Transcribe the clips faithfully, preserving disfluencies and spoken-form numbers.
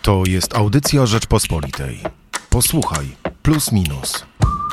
To jest audycja Rzeczpospolitej. Posłuchaj, plus minus.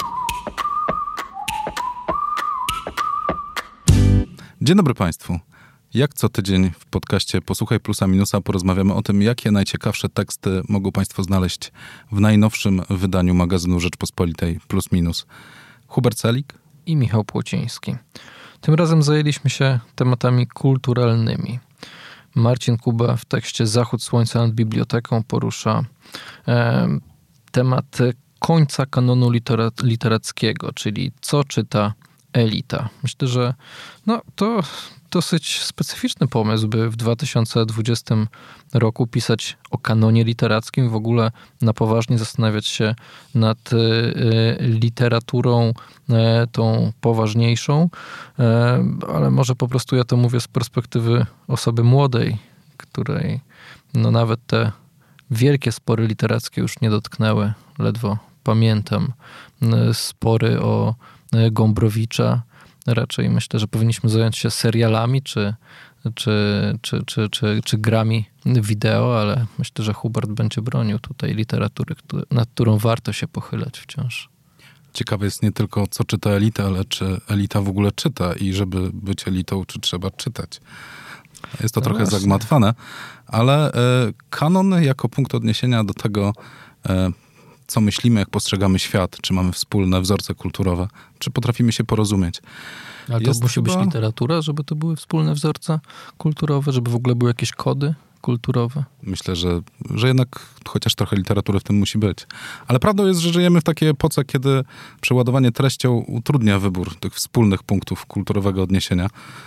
Dzień dobry Państwu. Jak co tydzień w podcaście Posłuchaj Plusa Minusa porozmawiamy o tym, jakie najciekawsze teksty mogą Państwo znaleźć w najnowszym wydaniu magazynu Rzeczpospolitej Plus Minus. Hubert Celik i Michał Płociński. Tym razem zajęliśmy się tematami kulturalnymi. Marcin Kuba w tekście Zachód Słońca nad biblioteką porusza e, temat końca kanonu litera- literackiego, czyli co czyta elita. Myślę, że no, to dosyć specyficzny pomysł, by w dwa tysiące dwudziestym roku pisać o kanonie literackim, w ogóle na poważnie zastanawiać się nad y, y, literaturą y, tą poważniejszą, y, ale może po prostu ja to mówię z perspektywy osoby młodej, której no nawet te wielkie spory literackie już nie dotknęły. Ledwo pamiętam y, spory o y, Gombrowicza. Raczej myślę, że powinniśmy zająć się serialami czy, czy, czy, czy, czy, czy grami wideo, ale myślę, że Hubert będzie bronił tutaj literatury, nad którą warto się pochylać wciąż. Ciekawe jest nie tylko, co czyta elita, ale czy elita w ogóle czyta i żeby być elitą, czy trzeba czytać. Jest to no trochę właśnie zagmatwane, ale e, kanon jako punkt odniesienia do tego, e, co myślimy, jak postrzegamy świat, czy mamy wspólne wzorce kulturowe, czy potrafimy się porozumieć. Ale to jest musi chyba być literatura, żeby to były wspólne wzorce kulturowe, żeby w ogóle były jakieś kody kulturowe? Myślę, że, że jednak chociaż trochę literatury w tym musi być. Ale prawdą jest, że żyjemy w takiej epoce, kiedy przeładowanie treścią utrudnia wybór tych wspólnych punktów kulturowego odniesienia.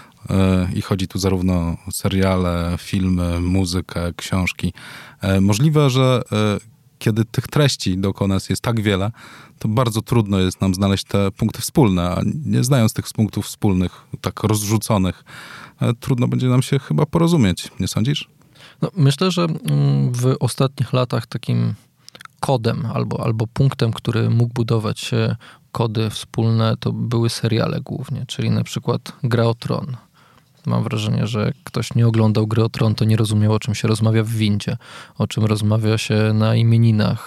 I chodzi tu zarówno o seriale, filmy, muzykę, książki. Możliwe, że kiedy tych treści dookoła nas jest tak wiele, to bardzo trudno jest nam znaleźć te punkty wspólne, a nie znając tych punktów wspólnych, tak rozrzuconych, trudno będzie nam się chyba porozumieć. Nie sądzisz? No, myślę, że w ostatnich latach takim kodem albo, albo punktem, który mógł budować kody wspólne, to były seriale głównie, czyli na przykład Gra o Tron. Mam wrażenie, że jak ktoś nie oglądał Gry o Tron, to nie rozumiał, o czym się rozmawia w windzie, o czym rozmawia się na imieninach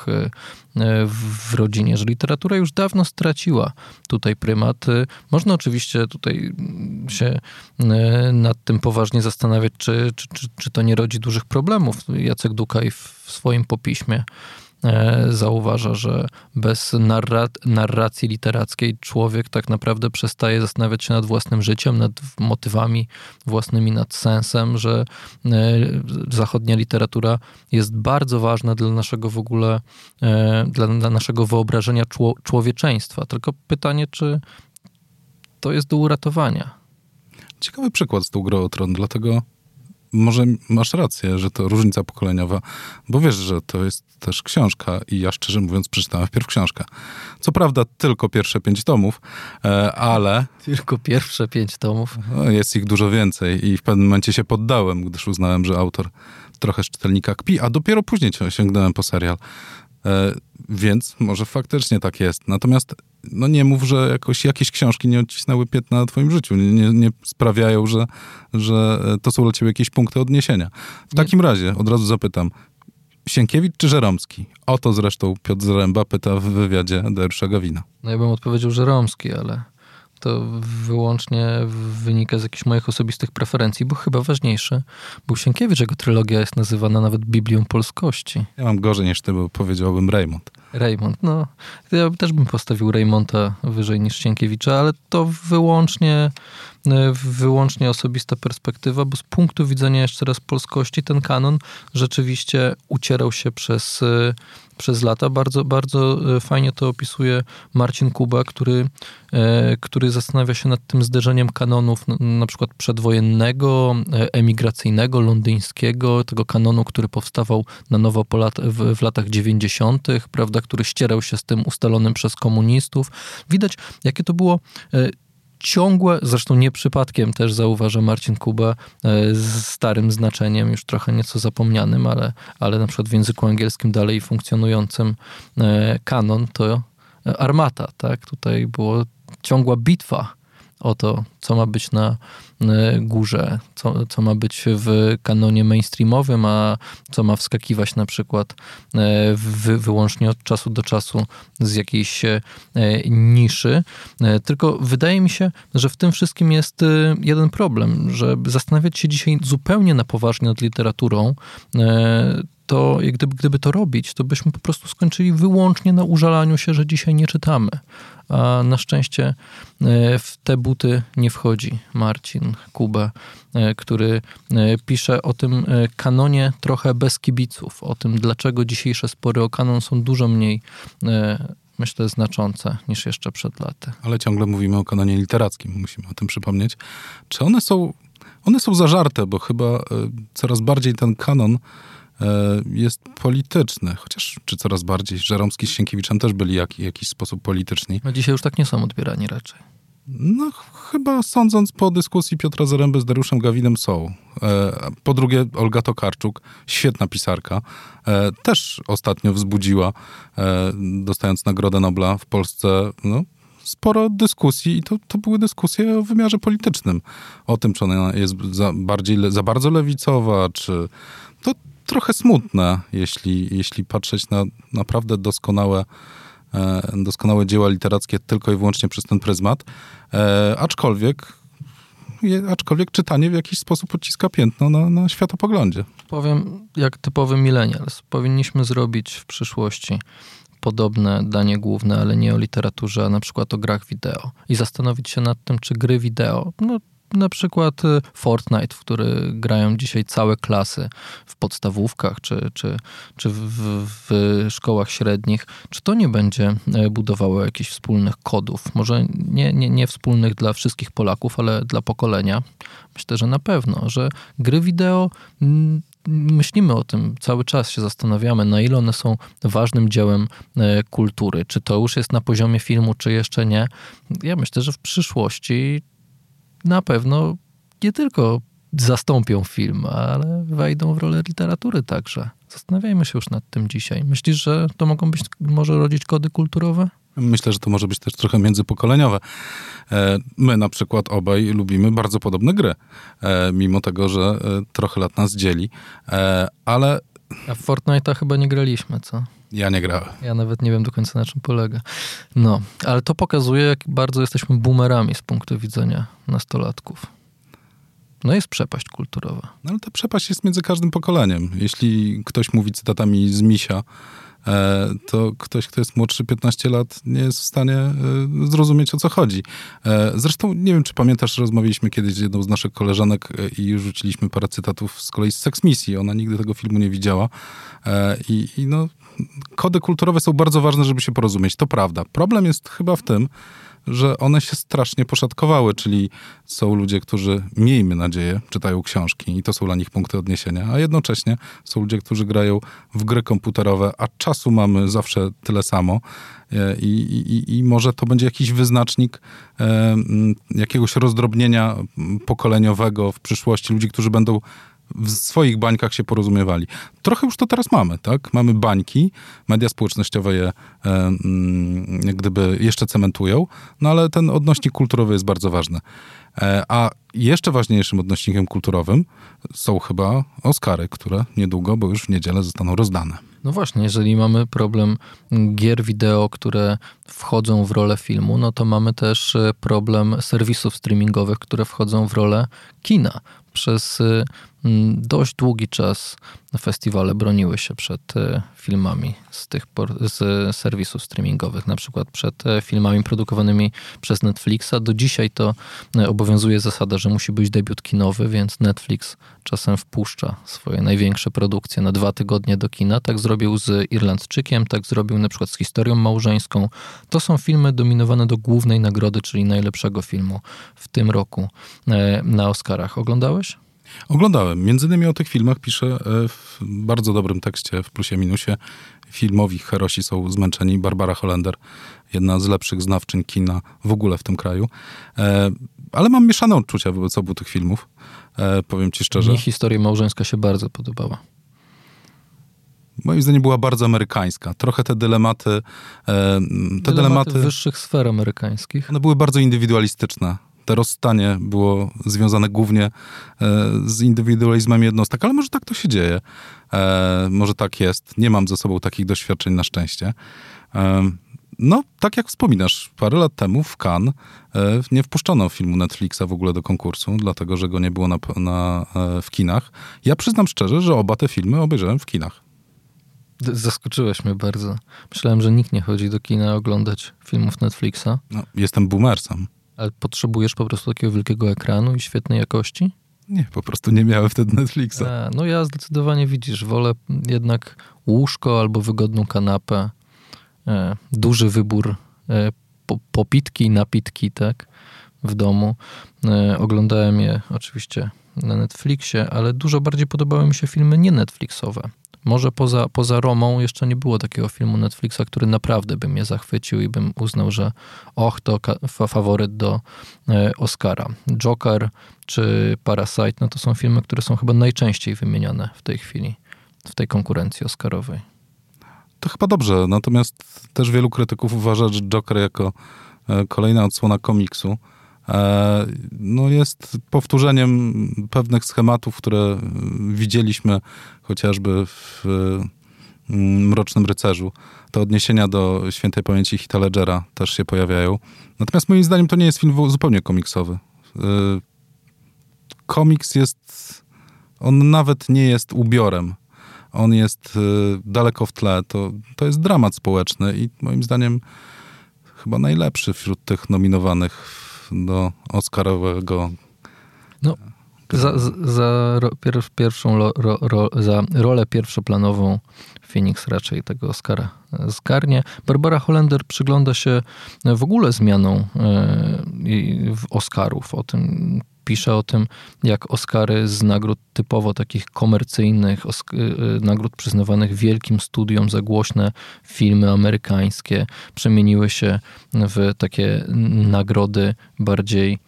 w rodzinie, że literatura już dawno straciła tutaj prymat. Można oczywiście tutaj się nad tym poważnie zastanawiać, czy, czy, czy, czy to nie rodzi dużych problemów. Jacek Dukaj w swoim popiśmie zauważa, że bez narra- narracji literackiej człowiek tak naprawdę przestaje zastanawiać się nad własnym życiem, nad motywami własnymi, nad sensem, że zachodnia literatura jest bardzo ważna dla naszego w ogóle, dla, dla naszego wyobrażenia czło- człowieczeństwa. Tylko pytanie, czy to jest do uratowania? Ciekawy przykład z tą Grą o Tron, dlatego może masz rację, że to różnica pokoleniowa, bo wiesz, że to jest też książka i ja szczerze mówiąc przeczytałem wpierw książkę. Co prawda tylko pierwsze pięć tomów, ale... Tylko pierwsze pięć tomów? No, jest ich dużo więcej i w pewnym momencie się poddałem, gdyż uznałem, że autor trochę z czytelnika kpi, a dopiero później sięgnąłem po serial. Więc może faktycznie tak jest. Natomiast no nie mów, że jakoś jakieś książki nie odcisnęły piętna na twoim życiu. Nie, nie sprawiają, że, że to są dla ciebie jakieś punkty odniesienia. W nie. takim razie od razu zapytam, Sienkiewicz czy Żeromski? O to zresztą Piotr Zaręba pyta w wywiadzie do Jerzego Gawina. No ja bym odpowiedział Żeromski, ale to wyłącznie wynika z jakichś moich osobistych preferencji, bo chyba ważniejszy był Sienkiewicz. Jego trylogia jest nazywana nawet Biblią polskości. Ja mam gorzej niż ty, bo powiedziałbym Rejmont. Rejmont, no. Ja też bym postawił Rejmonta wyżej niż Sienkiewicza, ale to wyłącznie, wyłącznie osobista perspektywa, bo z punktu widzenia jeszcze raz polskości ten kanon rzeczywiście ucierał się przez, przez lata. Bardzo, bardzo fajnie to opisuje Marcin Kuba, który, który zastanawia się nad tym zderzeniem kanonów na przykład przedwojennego, emigracyjnego, londyńskiego, tego kanonu, który powstawał na nowo po lat, w, w latach dziewięćdziesiątych, prawda, który ścierał się z tym ustalonym przez komunistów. Widać, jakie to było ciągłe, zresztą nie przypadkiem też zauważa Marcin Kuba z starym znaczeniem, już trochę nieco zapomnianym, ale, ale na przykład w języku angielskim dalej funkcjonującym kanon to armata, tak? Tutaj była ciągła bitwa o to, co ma być na górze, co, co ma być w kanonie mainstreamowym, a co ma wskakiwać na przykład wy, wyłącznie od czasu do czasu z jakiejś niszy. Tylko wydaje mi się, że w tym wszystkim jest jeden problem, że zastanawiać się dzisiaj zupełnie na poważnie nad literaturą, to gdyby, gdyby to robić, to byśmy po prostu skończyli wyłącznie na użalaniu się, że dzisiaj nie czytamy. A na szczęście w te buty nie wchodzi Marcin Kuba, który pisze o tym kanonie trochę bez kibiców, o tym, dlaczego dzisiejsze spory o kanon są dużo mniej, myślę, znaczące niż jeszcze przed laty. Ale ciągle mówimy o kanonie literackim, musimy o tym przypomnieć. Czy one są, one są zażarte, bo chyba coraz bardziej ten kanon jest polityczny, chociaż czy coraz bardziej. Żeromski z Sienkiewiczem też byli jak, w jakiś sposób polityczni. A dzisiaj już tak nie są odbierani raczej. No chyba sądząc po dyskusji Piotra Zaręby z Dariuszem Gawinem są. Po drugie Olga Tokarczuk, świetna pisarka, też ostatnio wzbudziła, dostając Nagrodę Nobla w Polsce, no, sporo dyskusji i to, to były dyskusje o wymiarze politycznym. O tym, czy ona jest za, bardziej, za bardzo lewicowa, czy... To trochę smutne, jeśli, jeśli patrzeć na naprawdę doskonałe, e, doskonałe dzieła literackie tylko i wyłącznie przez ten pryzmat. E, aczkolwiek, je, aczkolwiek czytanie w jakiś sposób odciska piętno na, na światopoglądzie. Powiem, jak typowy millennials, powinniśmy zrobić w przyszłości podobne danie główne, ale nie o literaturze, a na przykład o grach wideo. I zastanowić się nad tym, czy gry wideo, no na przykład Fortnite, w który grają dzisiaj całe klasy w podstawówkach czy, czy, czy w, w szkołach średnich, czy to nie będzie budowało jakichś wspólnych kodów? Może nie, nie, nie wspólnych dla wszystkich Polaków, ale dla pokolenia. Myślę, że na pewno, że gry wideo... Myślimy o tym, cały czas się zastanawiamy, na ile one są ważnym dziełem kultury. Czy to już jest na poziomie filmu, czy jeszcze nie. Ja myślę, że w przyszłości na pewno nie tylko zastąpią film, ale wejdą w rolę literatury także. Zastanawiajmy się już nad tym dzisiaj. Myślisz, że to mogą być, może rodzić kody kulturowe? Myślę, że to może być też trochę międzypokoleniowe. My na przykład obaj lubimy bardzo podobne gry, mimo tego, że trochę lat nas dzieli, ale... A w Fortnite'a chyba nie graliśmy, co? Ja nie grałem. Ja nawet nie wiem do końca, na czym polega. No, ale to pokazuje, jak bardzo jesteśmy boomerami z punktu widzenia nastolatków. No jest przepaść kulturowa. No ale ta przepaść jest między każdym pokoleniem. Jeśli ktoś mówi cytatami z Misia, to ktoś, kto jest młodszy piętnaście lat, nie jest w stanie zrozumieć, o co chodzi. Zresztą nie wiem, czy pamiętasz, rozmawialiśmy kiedyś z jedną z naszych koleżanek i rzuciliśmy parę cytatów z kolei z Sex Misji. Ona nigdy tego filmu nie widziała. I, i no, kody kulturowe są bardzo ważne, żeby się porozumieć. To prawda. Problem jest chyba w tym, że one się strasznie poszatkowały, czyli są ludzie, którzy, miejmy nadzieję, czytają książki i to są dla nich punkty odniesienia, a jednocześnie są ludzie, którzy grają w gry komputerowe, a czasu mamy zawsze tyle samo i, i, i może to będzie jakiś wyznacznik e, jakiegoś rozdrobnienia pokoleniowego w przyszłości, ludzi, którzy będą w swoich bańkach się porozumiewali. Trochę już to teraz mamy, tak? Mamy bańki, media społecznościowe je e, jak gdyby jeszcze cementują, no ale ten odnośnik kulturowy jest bardzo ważny. E, a jeszcze ważniejszym odnośnikiem kulturowym są chyba Oscary, które niedługo, bo już w niedzielę zostaną rozdane. No właśnie, jeżeli mamy problem gier wideo, które wchodzą w rolę filmu, no to mamy też problem serwisów streamingowych, które wchodzą w rolę kina. Przez dość długi czas festiwale broniły się przed filmami z tych z serwisów streamingowych, na przykład przed filmami produkowanymi przez Netflixa. Do dzisiaj to obowiązuje zasada, że musi być debiut kinowy, więc Netflix czasem wpuszcza swoje największe produkcje na dwa tygodnie do kina. Tak zrobił z Irlandczykiem, tak zrobił na przykład z Historią małżeńską. To są filmy dominowane do głównej nagrody, czyli najlepszego filmu w tym roku na Oscarach. Oglądałeś? Oglądałem. Między innymi o tych filmach piszę w bardzo dobrym tekście w Plusie Minusie. Filmowi herosi są zmęczeni. Barbara Holender, jedna z lepszych znawczyń kina w ogóle w tym kraju. Ale mam mieszane odczucia wobec obu tych filmów. Powiem ci szczerze. Mi Historia małżeńska się bardzo podobała. Moim zdaniem była bardzo amerykańska. Trochę te dylematy... Te dylematy, dylematy wyższych sfer amerykańskich. One były bardzo indywidualistyczne. te rozstanie było związane głównie e, z indywidualizmem jednostek, ale może tak to się dzieje. E, może tak jest. Nie mam ze sobą takich doświadczeń na szczęście. E, no, tak jak wspominasz, parę lat temu w Cannes e, nie wpuszczono filmu Netflixa w ogóle do konkursu, dlatego, że go nie było na, na, e, w kinach. Ja przyznam szczerze, że oba te filmy obejrzałem w kinach. Zaskoczyłeś mnie bardzo. Myślałem, że nikt nie chodzi do kina oglądać filmów Netflixa. No, jestem boomersem. Ale potrzebujesz po prostu takiego wielkiego ekranu i świetnej jakości? Nie, po prostu nie miałem wtedy Netflixa. A, no ja zdecydowanie, widzisz, wolę jednak łóżko albo wygodną kanapę, e, duży wybór e, po, popitki i napitki, tak, w domu. E, oglądałem je oczywiście na Netflixie, ale dużo bardziej podobały mi się filmy nie Netflixowe. Może poza, poza Romą jeszcze nie było takiego filmu Netflixa, który naprawdę by mnie zachwycił i bym uznał, że och, to ka- faworyt do e, Oscara. Joker czy Parasite, no to są filmy, które są chyba najczęściej wymieniane w tej chwili, w tej konkurencji oscarowej. To chyba dobrze, natomiast też wielu krytyków uważa, że Joker jako e, kolejna odsłona komiksu e, no jest powtórzeniem pewnych schematów, które widzieliśmy chociażby w e, Mrocznym Rycerzu. Te odniesienia do świętej pamięci Heatha Ledgera też się pojawiają. Natomiast moim zdaniem to nie jest film zupełnie komiksowy. E, komiks jest, on nawet nie jest ubiorem. On jest y, daleko w tle. To, to jest dramat społeczny i moim zdaniem chyba najlepszy wśród tych nominowanych do Oscarowego. No, za, za, za, ro, pier, pierwszą ro, ro, ro, za rolę pierwszoplanową Phoenix raczej tego Oscara zgarnie. Barbara Hollander przygląda się w ogóle zmianom y, w Oscarów. O tym pisze o tym, jak Oscary z nagród typowo takich komercyjnych, nagród przyznawanych wielkim studiom za głośne filmy amerykańskie, przemieniły się w takie nagrody bardziej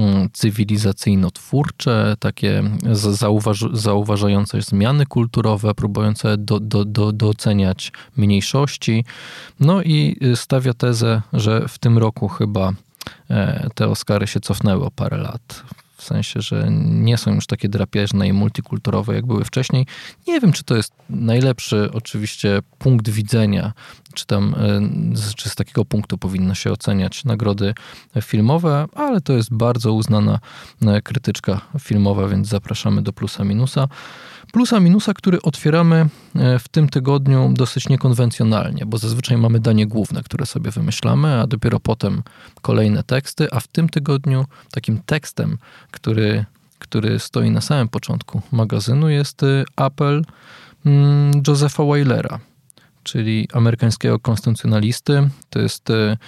cywilizacyjno-twórcze, takie zauważ- zauważające zmiany kulturowe, próbujące do, do, do, doceniać mniejszości. No i stawia tezę, że w tym roku chyba te Oscary się cofnęły o parę lat. W sensie, że nie są już takie drapieżne i multikulturowe, jak były wcześniej. Nie wiem, czy to jest najlepszy oczywiście punkt widzenia, czy tam, czy z takiego punktu powinno się oceniać nagrody filmowe, ale to jest bardzo uznana krytyczka filmowa, więc zapraszamy do Plusa Minusa. Plusa Minusa, który otwieramy w tym tygodniu dosyć niekonwencjonalnie, bo zazwyczaj mamy danie główne, które sobie wymyślamy, a dopiero potem kolejne teksty, a w tym tygodniu takim tekstem, który, który stoi na samym początku magazynu, jest apel Josepha Weilera, czyli amerykańskiego konstytucjonalisty. To jest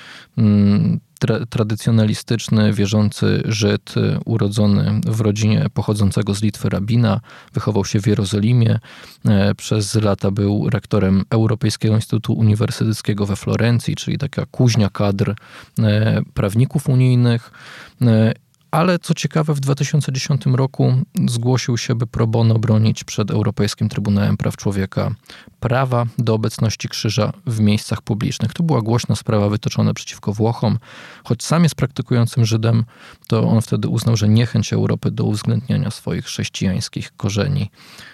tra- tradycjonalistyczny, wierzący Żyd, urodzony w rodzinie pochodzącego z Litwy rabina. Wychował się w Jerozolimie. Przez lata był rektorem Europejskiego Instytutu Uniwersyteckiego we Florencji, czyli taka kuźnia kadr prawników unijnych. Ale co ciekawe, w dwa tysiące dziesiątym roku zgłosił się, by pro bono bronić przed Europejskim Trybunałem Praw Człowieka prawa do obecności krzyża w miejscach publicznych. To była głośna sprawa wytoczona przeciwko Włochom. Choć sam jest praktykującym Żydem, to on wtedy uznał, że niechęć Europy do uwzględniania swoich chrześcijańskich korzeni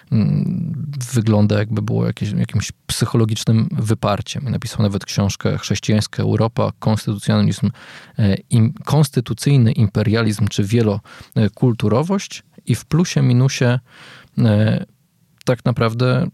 wygląda, jakby było jakieś, jakimś psychologicznym wyparciem. Napisał nawet książkę Chrześcijańska Europa, konstytucjonalizm, im, konstytucyjny imperializm czy wielokulturowość, i w plusie minusie e, tak naprawdę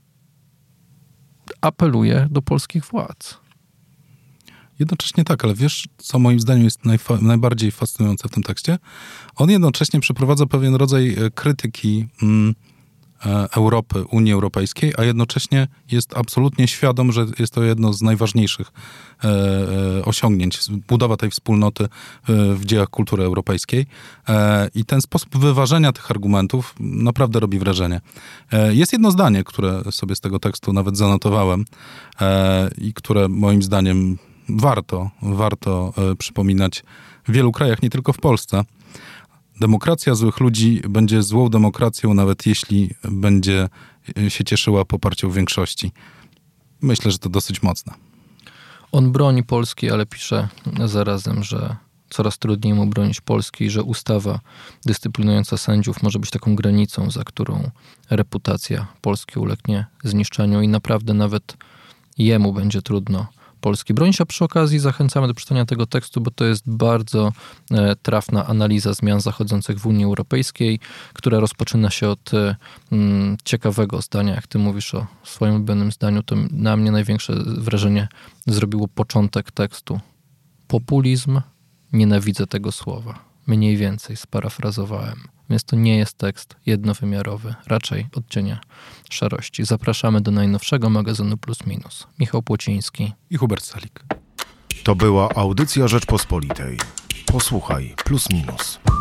apeluje do polskich władz. Jednocześnie tak, ale wiesz, co moim zdaniem jest najfa- najbardziej fascynujące w tym tekście? On jednocześnie przeprowadza pewien rodzaj krytyki mm, Europy, Unii Europejskiej, a jednocześnie jest absolutnie świadom, że jest to jedno z najważniejszych e, e, osiągnięć, budowa tej wspólnoty e, w dziejach kultury europejskiej. E, I ten sposób wyważenia tych argumentów naprawdę robi wrażenie. E, jest jedno zdanie, które sobie z tego tekstu nawet zanotowałem e, i które moim zdaniem warto, warto e, przypominać w wielu krajach, nie tylko w Polsce. Demokracja złych ludzi będzie złą demokracją, nawet jeśli będzie się cieszyła poparciem większości. Myślę, że to dosyć mocne. On broni Polski, ale pisze zarazem, że coraz trudniej mu bronić Polski i że ustawa dyscyplinująca sędziów może być taką granicą, za którą reputacja Polski ulegnie zniszczeniu i naprawdę nawet jemu będzie trudno Polski bronić, a przy okazji zachęcamy do przeczytania tego tekstu, bo to jest bardzo e, trafna analiza zmian zachodzących w Unii Europejskiej, która rozpoczyna się od e, m, ciekawego zdania. Jak ty mówisz o swoim ulubionym zdaniu, to na mnie największe wrażenie zrobiło początek tekstu. Populizm, nienawidzę tego słowa. Mniej więcej sparafrazowałem. Więc to nie jest tekst jednowymiarowy, raczej odcienia szarości. Zapraszamy do najnowszego magazynu Plus Minus. Michał Płociński i Hubert Salik. To była audycja Rzeczpospolitej. Posłuchaj Plus Minus.